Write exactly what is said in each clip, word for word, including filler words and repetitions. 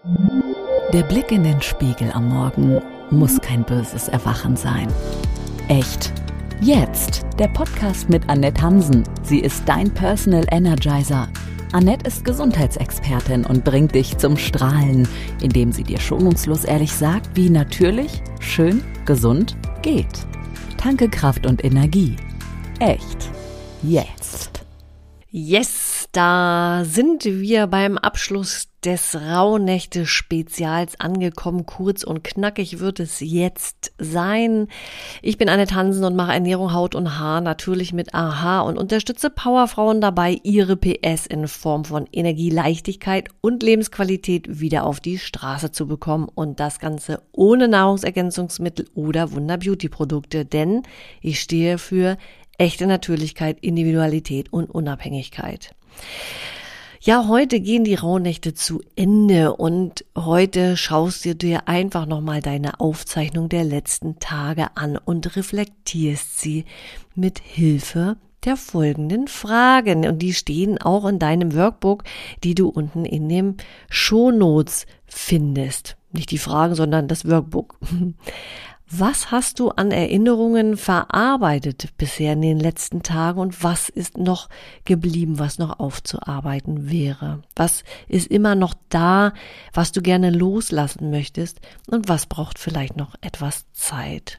Der Blick in den Spiegel am Morgen muss kein böses Erwachen sein. Echt. Jetzt der Podcast mit Annette Hansen. Sie ist dein Personal Energizer. Annette ist Gesundheitsexpertin und bringt dich zum Strahlen, indem sie dir schonungslos ehrlich sagt, wie natürlich, schön, gesund geht. Tanke Kraft und Energie. Echt. Jetzt. Yes, da sind wir beim Abschluss des Rauhnächte-Spezials angekommen. Kurz und knackig wird es jetzt sein. Ich bin Annette Hansen und mache Ernährung, Haut und Haar natürlich mit A H und unterstütze Powerfrauen dabei, ihre P S in Form von Energie, Leichtigkeit und Lebensqualität wieder auf die Straße zu bekommen und das Ganze ohne Nahrungsergänzungsmittel oder Wunder-Beauty-Produkte, denn ich stehe für echte Natürlichkeit, Individualität und Unabhängigkeit. Ja, heute gehen die Rauhnächte zu Ende und heute schaust du dir einfach nochmal deine Aufzeichnung der letzten Tage an und reflektierst sie mit Hilfe der folgenden Fragen. Und die stehen auch in deinem Workbook, die du unten in den Shownotes findest. Nicht die Fragen, sondern das Workbook. Was hast du an Erinnerungen verarbeitet bisher in den letzten Tagen und was ist noch geblieben, was noch aufzuarbeiten wäre? Was ist immer noch da, was du gerne loslassen möchtest und was braucht vielleicht noch etwas Zeit?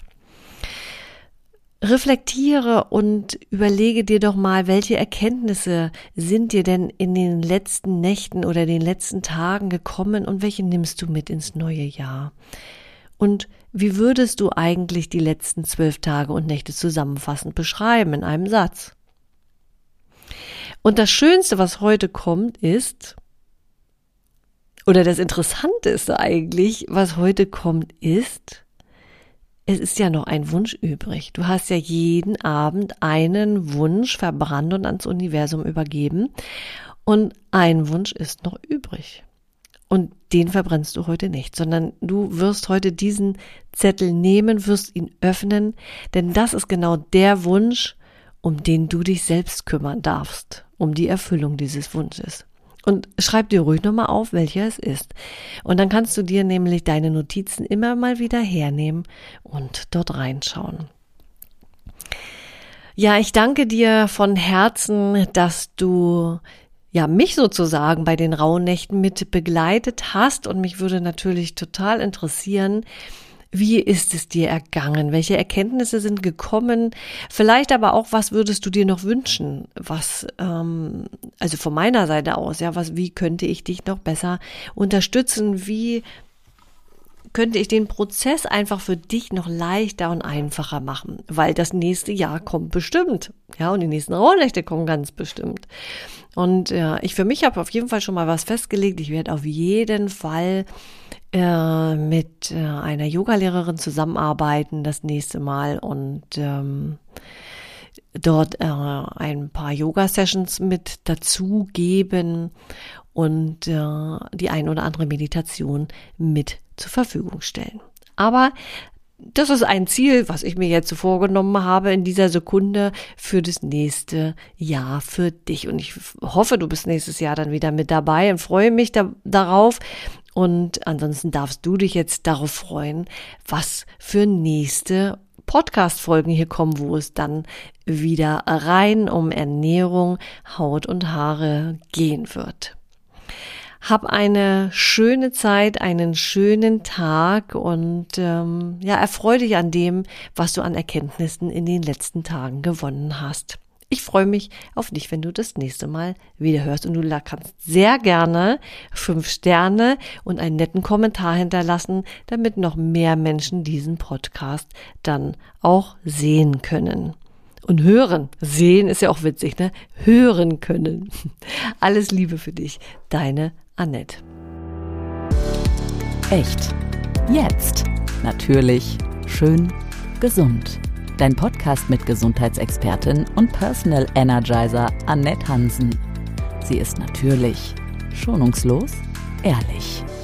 Reflektiere und überlege dir doch mal, welche Erkenntnisse sind dir denn in den letzten Nächten oder den letzten Tagen gekommen und welche nimmst du mit ins neue Jahr? Und wie würdest du eigentlich die letzten zwölf Tage und Nächte zusammenfassend beschreiben in einem Satz? Und das Schönste, was heute kommt, ist, oder das Interessanteste eigentlich, was heute kommt, ist, es ist ja noch ein Wunsch übrig. Du hast ja jeden Abend einen Wunsch verbrannt und ans Universum übergeben und ein Wunsch ist noch übrig. Und den verbrennst du heute nicht, sondern du wirst heute diesen Zettel nehmen, wirst ihn öffnen, denn das ist genau der Wunsch, um den du dich selbst kümmern darfst, um die Erfüllung dieses Wunsches. Und schreib dir ruhig nochmal auf, welcher es ist. Und dann kannst du dir nämlich deine Notizen immer mal wieder hernehmen und dort reinschauen. Ja, ich danke dir von Herzen, dass du ja, mich sozusagen bei den Rauhnächten mit begleitet hast und mich würde natürlich total interessieren, wie ist es dir ergangen? Welche Erkenntnisse sind gekommen? Vielleicht aber auch, was würdest du dir noch wünschen? Was, ähm, also von meiner Seite aus, ja, was, wie könnte ich dich noch besser unterstützen? Wie könnte ich den Prozess einfach für dich noch leichter und einfacher machen? Weil das nächste Jahr kommt bestimmt, ja, und die nächsten Rauhnächte kommen ganz bestimmt. Und ja, ich für mich habe auf jeden Fall schon mal was festgelegt. Ich werde auf jeden Fall äh, mit äh, einer Yogalehrerin zusammenarbeiten das nächste Mal und ähm, dort äh, ein paar Yoga-Sessions mit dazu geben und äh, die ein oder andere Meditation mit zur Verfügung stellen. Aber das ist ein Ziel, was ich mir jetzt so vorgenommen habe in dieser Sekunde für das nächste Jahr für dich. Und ich hoffe, du bist nächstes Jahr dann wieder mit dabei und freue mich da, darauf. Und ansonsten darfst du dich jetzt darauf freuen, was für nächste Podcast-Folgen hier kommen, wo es dann wieder rein um Ernährung, Haut und Haare gehen wird. Hab eine schöne Zeit, einen schönen Tag und ähm, ja, erfreue dich an dem, was du an Erkenntnissen in den letzten Tagen gewonnen hast. Ich freue mich auf dich, wenn du das nächste Mal wieder hörst und du kannst sehr gerne fünf Sterne und einen netten Kommentar hinterlassen, damit noch mehr Menschen diesen Podcast dann auch sehen können. Und hören, sehen ist ja auch witzig, ne? Hören können. Alles Liebe für dich, deine Annette. Echt. Jetzt. Natürlich. Schön. Gesund. Dein Podcast mit Gesundheitsexpertin und Personal Energizer Annette Hansen. Sie ist natürlich, schonungslos, ehrlich.